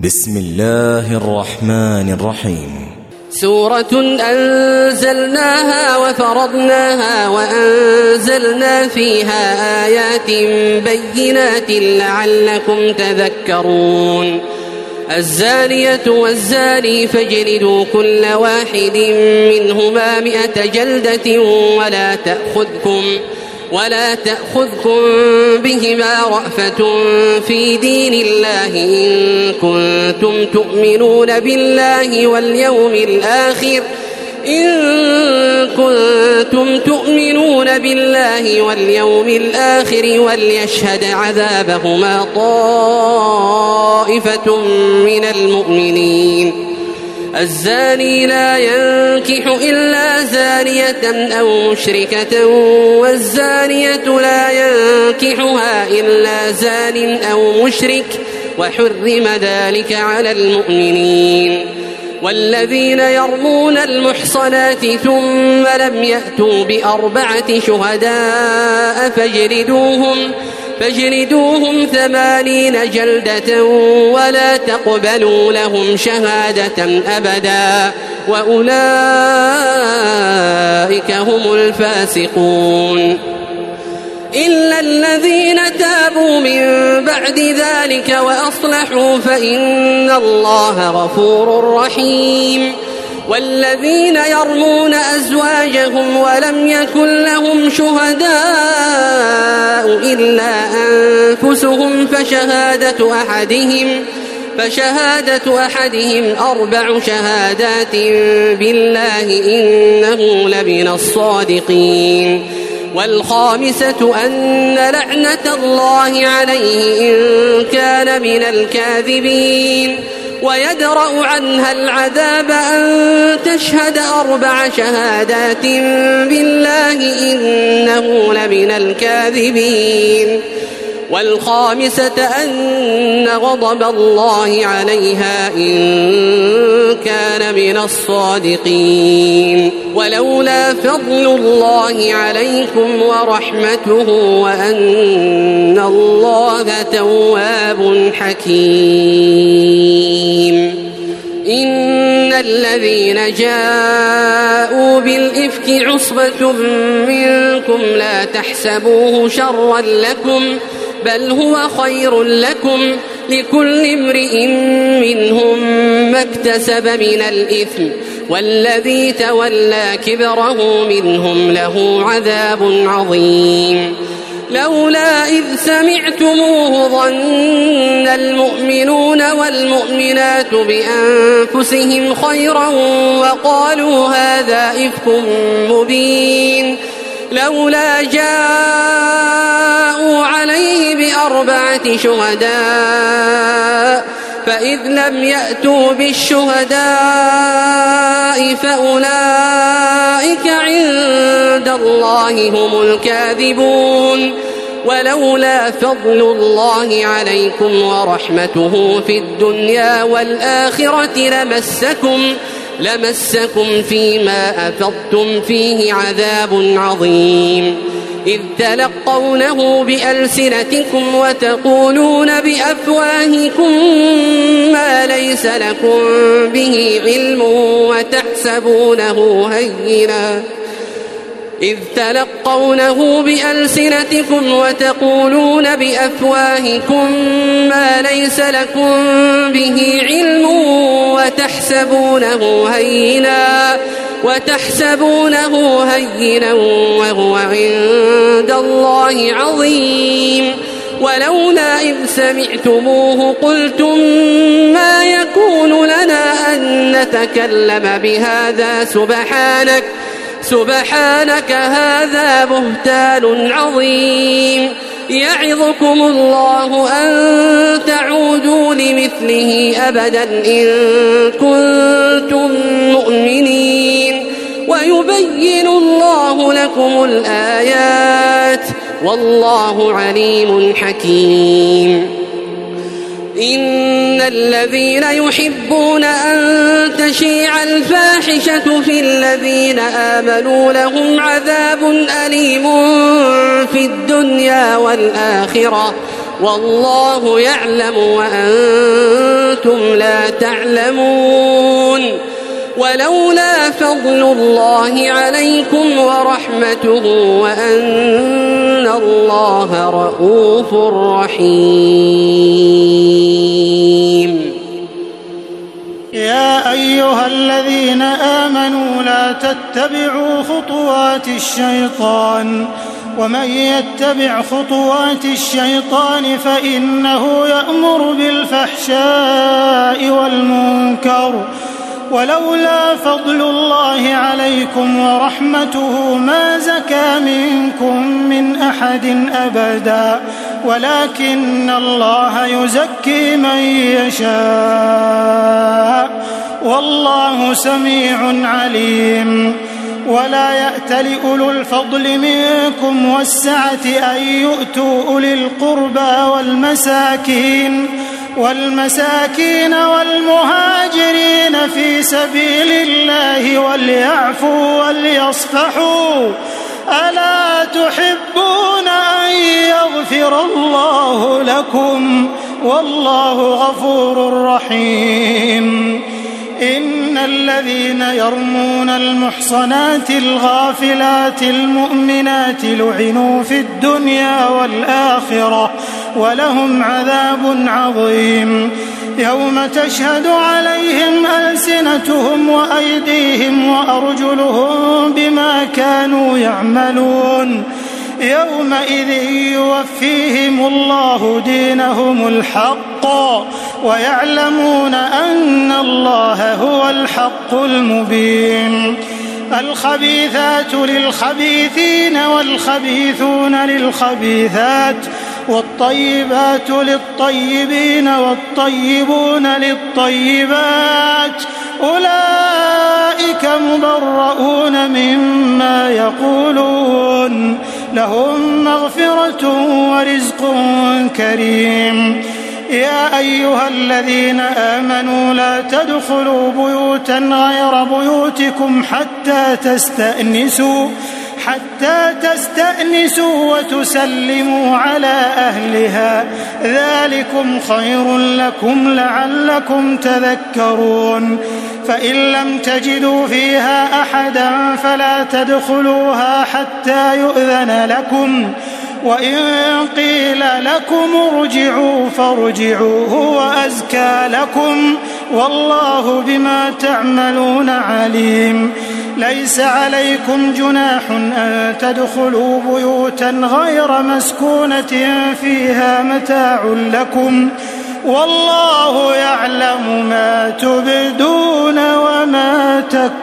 بسم الله الرحمن الرحيم. سورة أنزلناها وفرضناها وأنزلنا فيها آيات بينات لعلكم تذكرون. الزانية والزاني فاجلدوا كل واحد منهما 100 جلدة ولا تأخذكم بهما رأفة في دين الله إن كنتم تؤمنون بالله واليوم الآخر وليشهد عذابهما طائفة من المؤمنين. الزاني لا ينكح إلا زانية أو مشركة والزانية لا ينكحها إلا زان أو مشرك وحرم ذلك على المؤمنين. والذين يرمون المحصنات ثم لم يأتوا ب4 شهداء فاجلدوهم 80 جلدة ولا تقبلوا لهم شهادة أبدا وأولئك هم الفاسقون. إلا الذين تابوا من بعد ذلك وأصلحوا فإن الله غفور رحيم. والذين يرمون أزواجهم ولم يكن لهم شهداء إلا أنفسهم فشهادة أحدهم 4 شهادات بالله إنه لمن الصادقين. والخامسة أن لعنة الله عليه إن كان من الكاذبين. ويدرأ عنها العذاب أن تشهد 4 شهادات بالله إنه لمن الكاذبين. والخامسة أن غضب الله عليها إن كان من الصادقين. ولولا فضل الله عليكم ورحمته وأن الله تواب حكيم. إن الذين جاءوا بالإفك عصبة منكم لا تحسبوه شرا لكم بل هو خير لكم لكل امرئ منهم ما اكتسب من الإثم والذي تولى كبره منهم له عذاب عظيم. لولا إذ سمعتموه ظن المؤمنون والمؤمنات بأنفسهم خيرا وقالوا هذا إفك مبين. لولا جاءوا عليه ب4 شهداء فإذ لم يأتوا بالشهداء فأولئك عند الله هم الكاذبون. ولولا فضل الله عليكم ورحمته في الدنيا والآخرة لمسكم فيما أفضتم فيه عذاب عظيم. إذ تلقونه بألسنتكم وتقولون بأفواهكم ما ليس لكم به علم وتحسبونه هينا وهو عند الله عظيم. ولولا إذ سمعتموه قلتم ما يكون لنا أن نتكلم بهذا سبحانك هذا بهتان عظيم. يعظكم الله أن تعودوا لمثله أبدا إن كنتم مؤمنين. ويبين الله لكم الآيات والله عليم حكيم. إن الذين يحبون أن تشيع الفاحشة في الذين آمنوا لهم عذاب أليم في الدنيا والآخرة والله يعلم وأنتم لا تعلمون ولولا فضل الله عليكم ورحمته وأن الله رءوف رحيم. يا أيها الذين آمنوا لا تتبعوا خطوات الشيطان ومن يتبع خطوات الشيطان فإنه يأمر بالفحشاء والمنكر ولولا فضل الله عليكم ورحمته ما زكى منكم من أحد أبدا ولكن الله يزكي من يشاء والله سميع عليم. ولا يأتل أولو الفضل منكم والسعة أن يؤتوا أولي القربى والمساكين والمهاجرين في سبيل الله وليعفوا وليصفحوا ألا تحبون أن يغفر الله لكم والله غفور رحيم. إن الذين يرمون المحصنات الغافلات المؤمنات لعنوا في الدنيا والآخرة ولهم عذاب عظيم. يوم تشهد عليهم ألسنتهم وأيديهم وأرجلهم بما كانوا يعملون يومئذ يوفيهم الله دينهم الحق ويعلمون أن الله هو الحق المبين. الخبيثات للخبيثين والخبيثون للخبيثات والطيبات للطيبين والطيبون للطيبات أولئك مبرؤون مما يقولون لهم مغفرة ورزق كريم. يا أيها الذين آمنوا لا تدخلوا بيوتا غير بيوتكم حتى تستأنسوا وتسلموا على أهلها ذلكم خير لكم لعلكم تذكرون. فإن لم تجدوا فيها أحدا فلا تدخلوها حتى يؤذن لكم وإن قيل لكم ارجعوا فارجعوا هو أزكى لكم والله بما تعملون عليم. ليس عليكم جناح أن تدخلوا بيوتا غير مسكونة فيها متاع لكم والله يعلم ما تبدون وما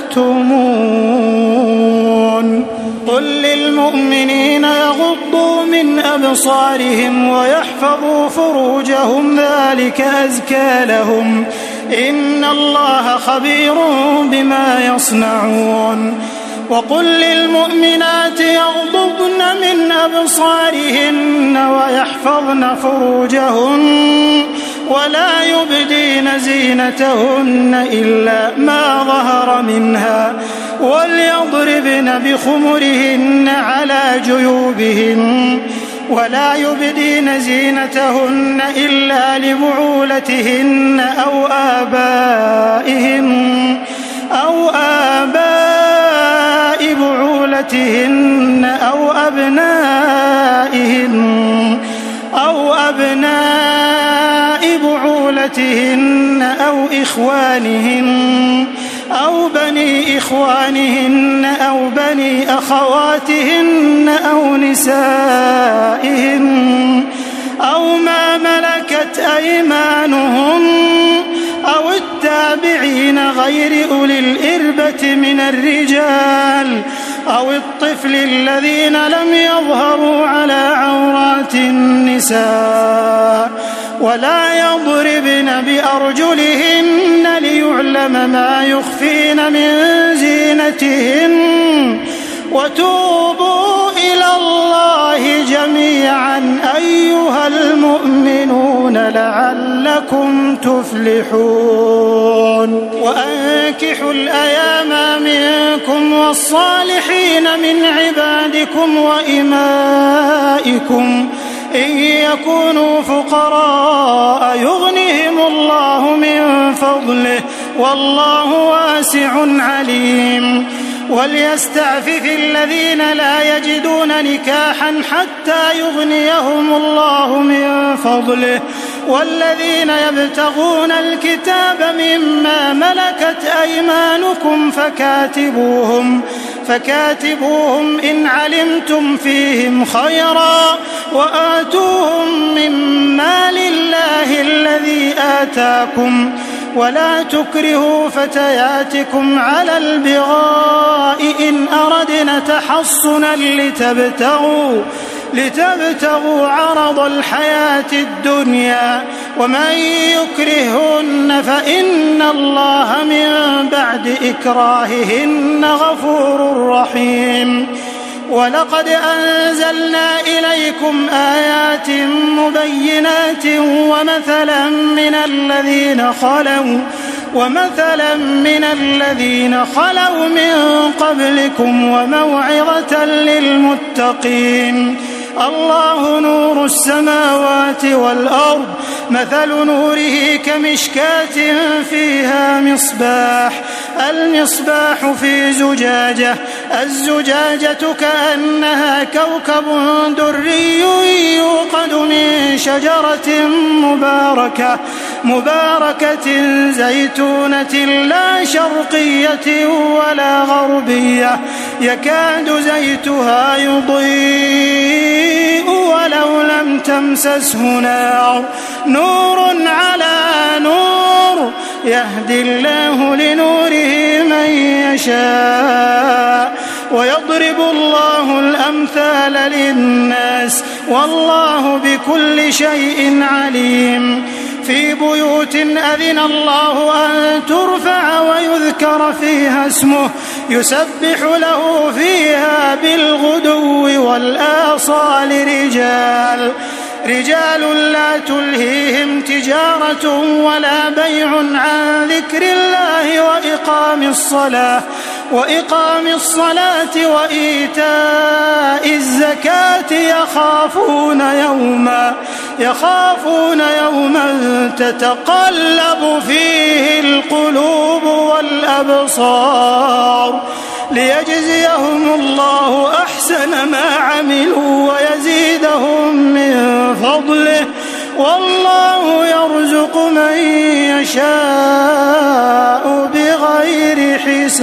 تكتمون. قل للمؤمنين يغضوا من أبصارهم ويحفظوا فروجهم ذلك أزكى لهم إن الله خبير بما يصنعون. وقل للمؤمنات يغضضن من أبصارهن ويحفظن فروجهن ولا يبدين زينتهن إلا ما ظهر منها وليضربن بخمرهن على جيوبهن ولا يبدين زينتهن إلا لبعولتهن أو آباء بعولتهن أو أبناء بعولتهن أو إخوانهن أو بني إخوانهن أو بني أخواتهن أو نسائهن أو ما ملكت أيمانهم أو التابعين غير أولي الإربة من الرجال أو الطفل الذين لم يظهروا على عورات النساء ولا يضربن بأرجلهن ليعلم ما يخفين من زينتهن وتوبوا إلى الله جميعا أيها المؤمنون لعلكم تفلحون. وأنكحوا الأيام منكم والصالحين من عبادكم وإمائكم إن يكونوا فقراء يغنهم الله من فضله والله واسع عليم. وليستعفف الذين لا يجدون نكاحا حتى يغنيهم الله من فضله والذين يبتغون الكتاب مما ملكت أيمانكم فكاتبوهم إن علمتم فيهم خيرا وآتوهم من مال الله الذي آتاكم ولا تكرهوا فتياتكم على البغاء إن أردنا تحصنا لتبتغوا عرض الحياة الدنيا ومن يكرهن فإن الله من بعد إكراههن غفور رحيم. ولقد أنزلنا إليكم آيات مبينات ومثلا من الذين خلوا من قبلكم وموعظة للمتقين. الله نور السماوات والأرض مثل نوره كمشكاة فيها المصباح في زجاجة الزجاجة كأنها كوكب دري يوقد من شجرة مباركة زيتونة لا شرقية ولا غربية يكاد زيتها يضيء ولو لم تمسسه نار نور على نور يهدي الله لنوره من يشاء ويضرب الله الأمثال للناس والله بكل شيء عليم. في بيوت أذن الله أن ترفع ويذكر فيها اسمه يسبح له فيها بالغدو والآصال رجال لا تلهيهم تجارة ولا بيع عن ذكر الله وإقام الصلاة وإيتاء الزكاة يخافون يوما تتقلب فيه القلوب والأبصار ليجزيهم الله أحسن ما عملوا ويزيدهم من فضله والله يرزق من يشاء بغير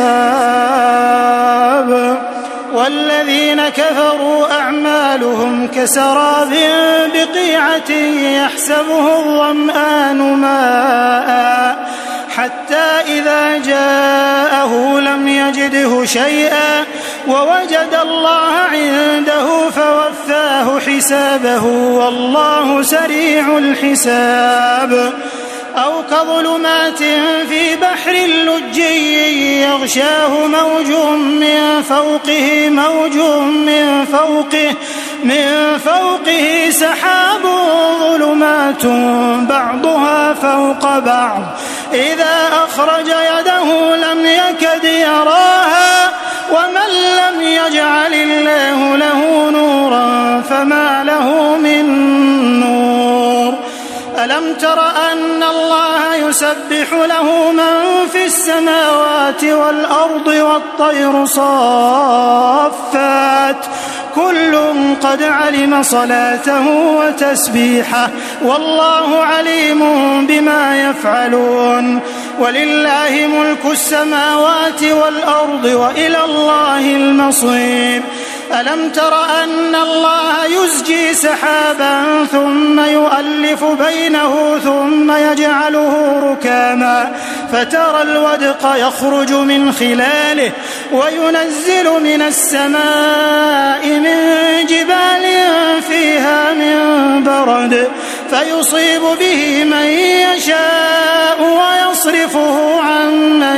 حساب. والذين كفروا أعمالهم كسراب بقيعة يحسبه الظمآن ماء حتى إذا جاءه لم يجده شيئا ووجد الله عنده فوفاه حسابه والله سريع الحساب. أو كظلمات في بحر لجي يغشاه موج من فوقه سحاب ظلمات بعضها فوق بعض إذا أخرج يده لم يكد يراها ومن لم يجعل الله له نورا فما له من نور. ألم تر أن الله يسبح له من في السماوات والأرض والطير صافات كل قد علم صلاته وتسبيحه والله عليم بما يفعلون. ولله ملك السماوات والأرض وإلى الله المصير. ألم تر أن الله يزجي سحابا ثم يؤلف بينه ثم يجعله ركاما فترى الودق يخرج من خلاله وينزل من السماء من جبال فيها من برد فيصيب به من يشاء ويصرفه عن من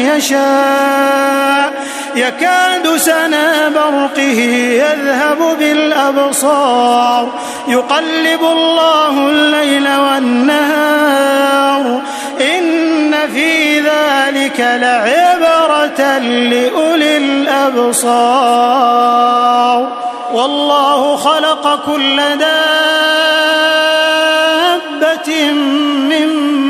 يشاء يكاد سنا برقه يذهب بالأبصار يقلب الله الليل والنهار إن في ذلك لعبرة لأولي الأبصار. والله خلق كل دابة حبة من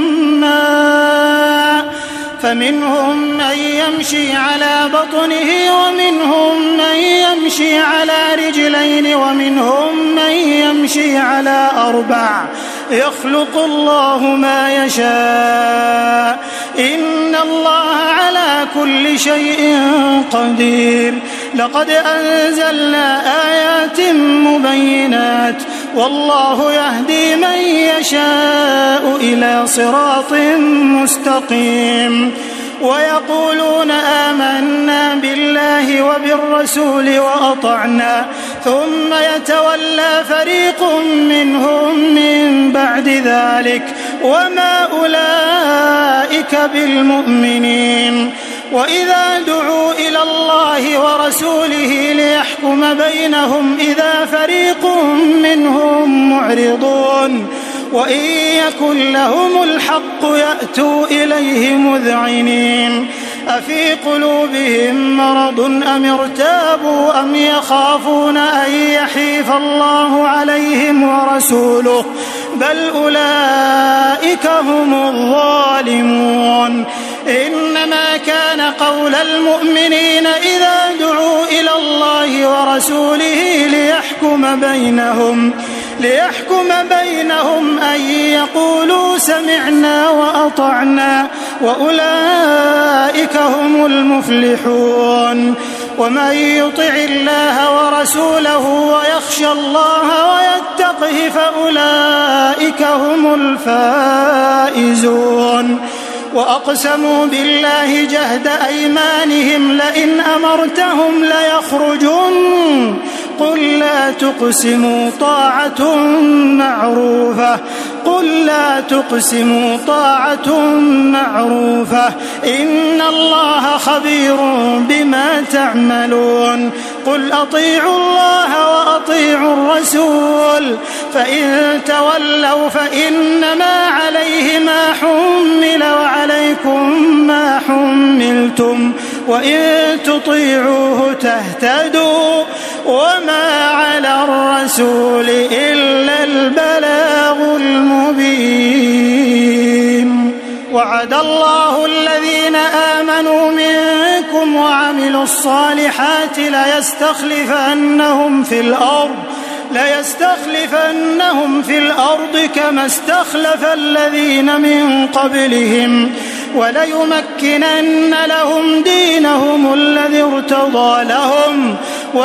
ماء فمنهم من يمشي على بطنه ومنهم من يمشي على رجلين ومنهم من يمشي على 4 يخلق الله ما يشاء إن الله على كل شيء قدير لقد أنزلنا آيات مبينات والله يهدي من يشاء إلى صراط مستقيم ويقولون آمنا بالله وبالرسول وأطعنا ثم يتولى فريق منهم من بعد ذلك وما أولئك بالمؤمنين وإذا دعوا إلى الله ورسوله ليحكم بينهم إذا فريق منهم معرضون وإن يكن لهم الحق يأتوا إليه مذعنين أفي قلوبهم مرض أم ارتابوا أم يخافون أن يحيف الله عليهم ورسوله بل أولئك هم الظالمون إنما كان قول المؤمنين إذا دعوا إلى الله ورسوله ليحكم بينهم أن يقولوا سمعنا وأطعنا وأولئك هم المفلحون ومن يطع الله ورسوله ويخشى الله ويتقه فأولئك هم الفائزون وأقسموا بالله جهد أيمانهم لئن أمرتهم ليخرجون قل لا تقسموا طاعة معروفة إن الله خبير بما تعملون قل أطيعوا الله وأطيعوا الرسول فإن تولوا فإنما عليه ما حمل وعليكم ما حملتم وإن تطيعوه تهتدوا وما على الرسول إلا البلاغ المبين وعد الله الذين آمنوا منكم وعملوا الصالحات ليستخلفنهم في الأرض كما استخلف الذين من قبلهم وليمكنن لهم دينهم الذي ارتضى لهم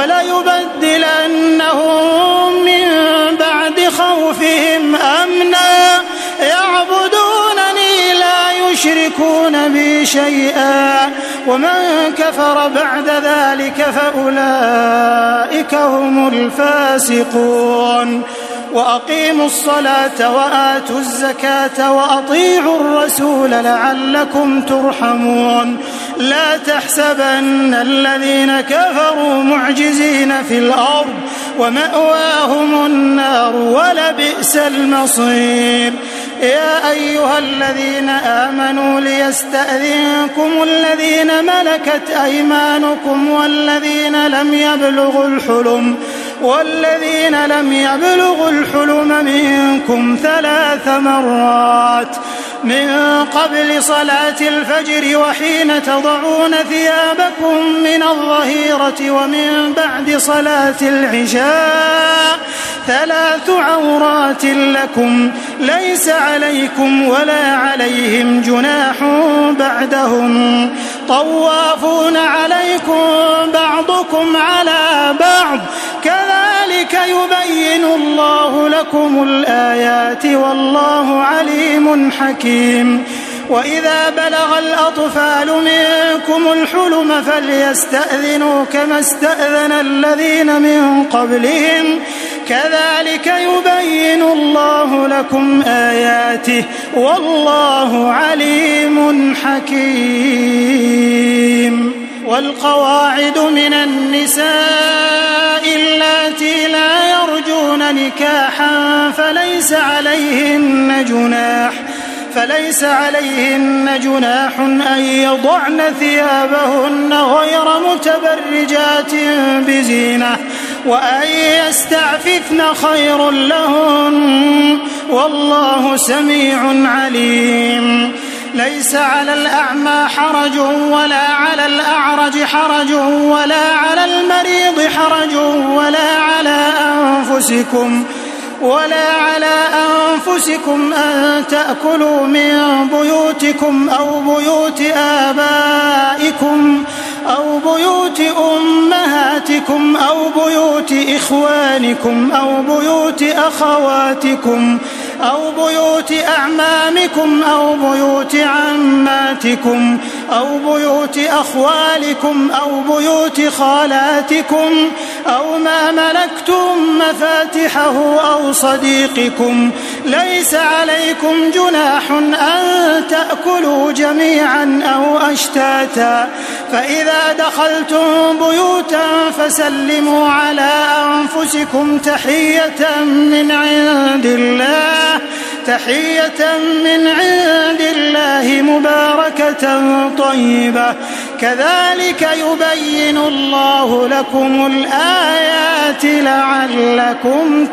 وليبدلنهم من بعد خوفهم أمنا يعبدونني لا يشركون بي شيئا ومن كفر بعد ذلك فأولئك هم الفاسقون وأقيموا الصلاة وآتوا الزكاة وأطيعوا الرسول لعلكم ترحمون لا تحسبن الذين كفروا معجزين في الأرض ومأواهم النار ولبئس المصير يا أيها الذين آمنوا ليستأذنكم الذين ملكت أيمانكم والذين لم يبلغوا الحلم منكم 3 مرات من قبل صلاة الفجر وحين تضعون ثيابكم من الظهيرة ومن بعد صلاة العشاء 3 عورات لكم ليس عليكم ولا عليهم جناح بعدهم طوافون عليكم بعضكم على بعض كذلك يبين الله لكم الآيات والله عليم حكيم وإذا بلغ الأطفال منكم الحلم فليستأذنوا كما استأذن الذين من قبلهم كذلك يبين الله لكم آياته والله عليم حكيم والقواعد من النساء اللاتي لا يرجون نكاحا فليس عليهن جناح أن يضعن ثيابهن غير متبرجات بزينة وأن يستعففن خير لهن والله سميع عليم. ليس على الأعمى حرج ولا على الأعرج حرج ولا على المريض حرج ولا على أنفسكم أن تأكلوا من بيوتكم أو بيوت آبائكم أو بيوت أمهاتكم أو بيوت إخوانكم أو بيوت أخواتكم أو بيوت أعمامكم أو بيوت عماتكم أو بيوت أخوالكم أو بيوت خالاتكم أو ما ملكتم مفاتحه أو صديقكم. ليس عليكم جناح أن تأكلوا جميعا أو أشتاتا، فإذا دخلتم بيوتا فسلموا على أنفسكم تحية من عند الله مباركة طيبة، كذلك يبين الله لكم الآيات لعلكم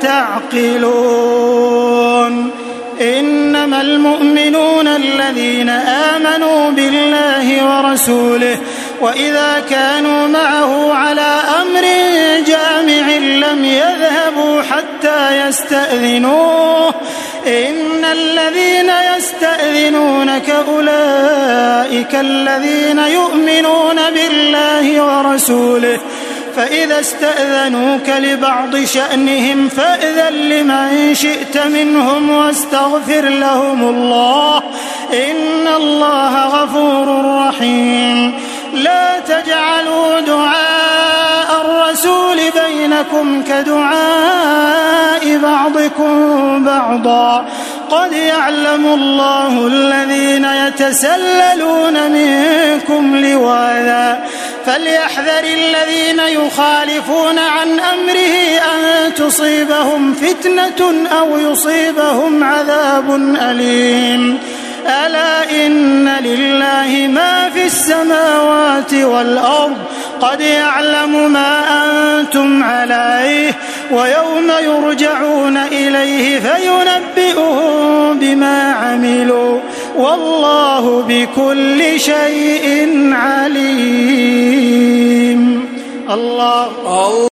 تعقلون. إنما المؤمنون الذين آمنوا بالله ورسوله وإذا كانوا معه على أمر جامع لم يذهبوا حتى يستأذنوه. إن الذين يستأذنونك أولئك الذين يؤمنون بالله ورسوله، فإذا استأذنوك لبعض شأنهم فأذن لمن شئت منهم واستغفر لهم الله، إن الله غفور رحيم. لا تجعلوا دعاء الرسول بينكم كدعاء بعضكم بعضا، قد يعلم الله الذين يتسللون منكم لواذا، فليحذر الذين يخالفون عن أمره أن تصيبهم فتنة أو يصيبهم عذاب أليم. ألا إن لله ما في السماوات والأرض، قد يعلم ما أنتم عليه، ويوم يرجعون إليه فينبئهم بما عملوا، والله بكل شيء عليم. الله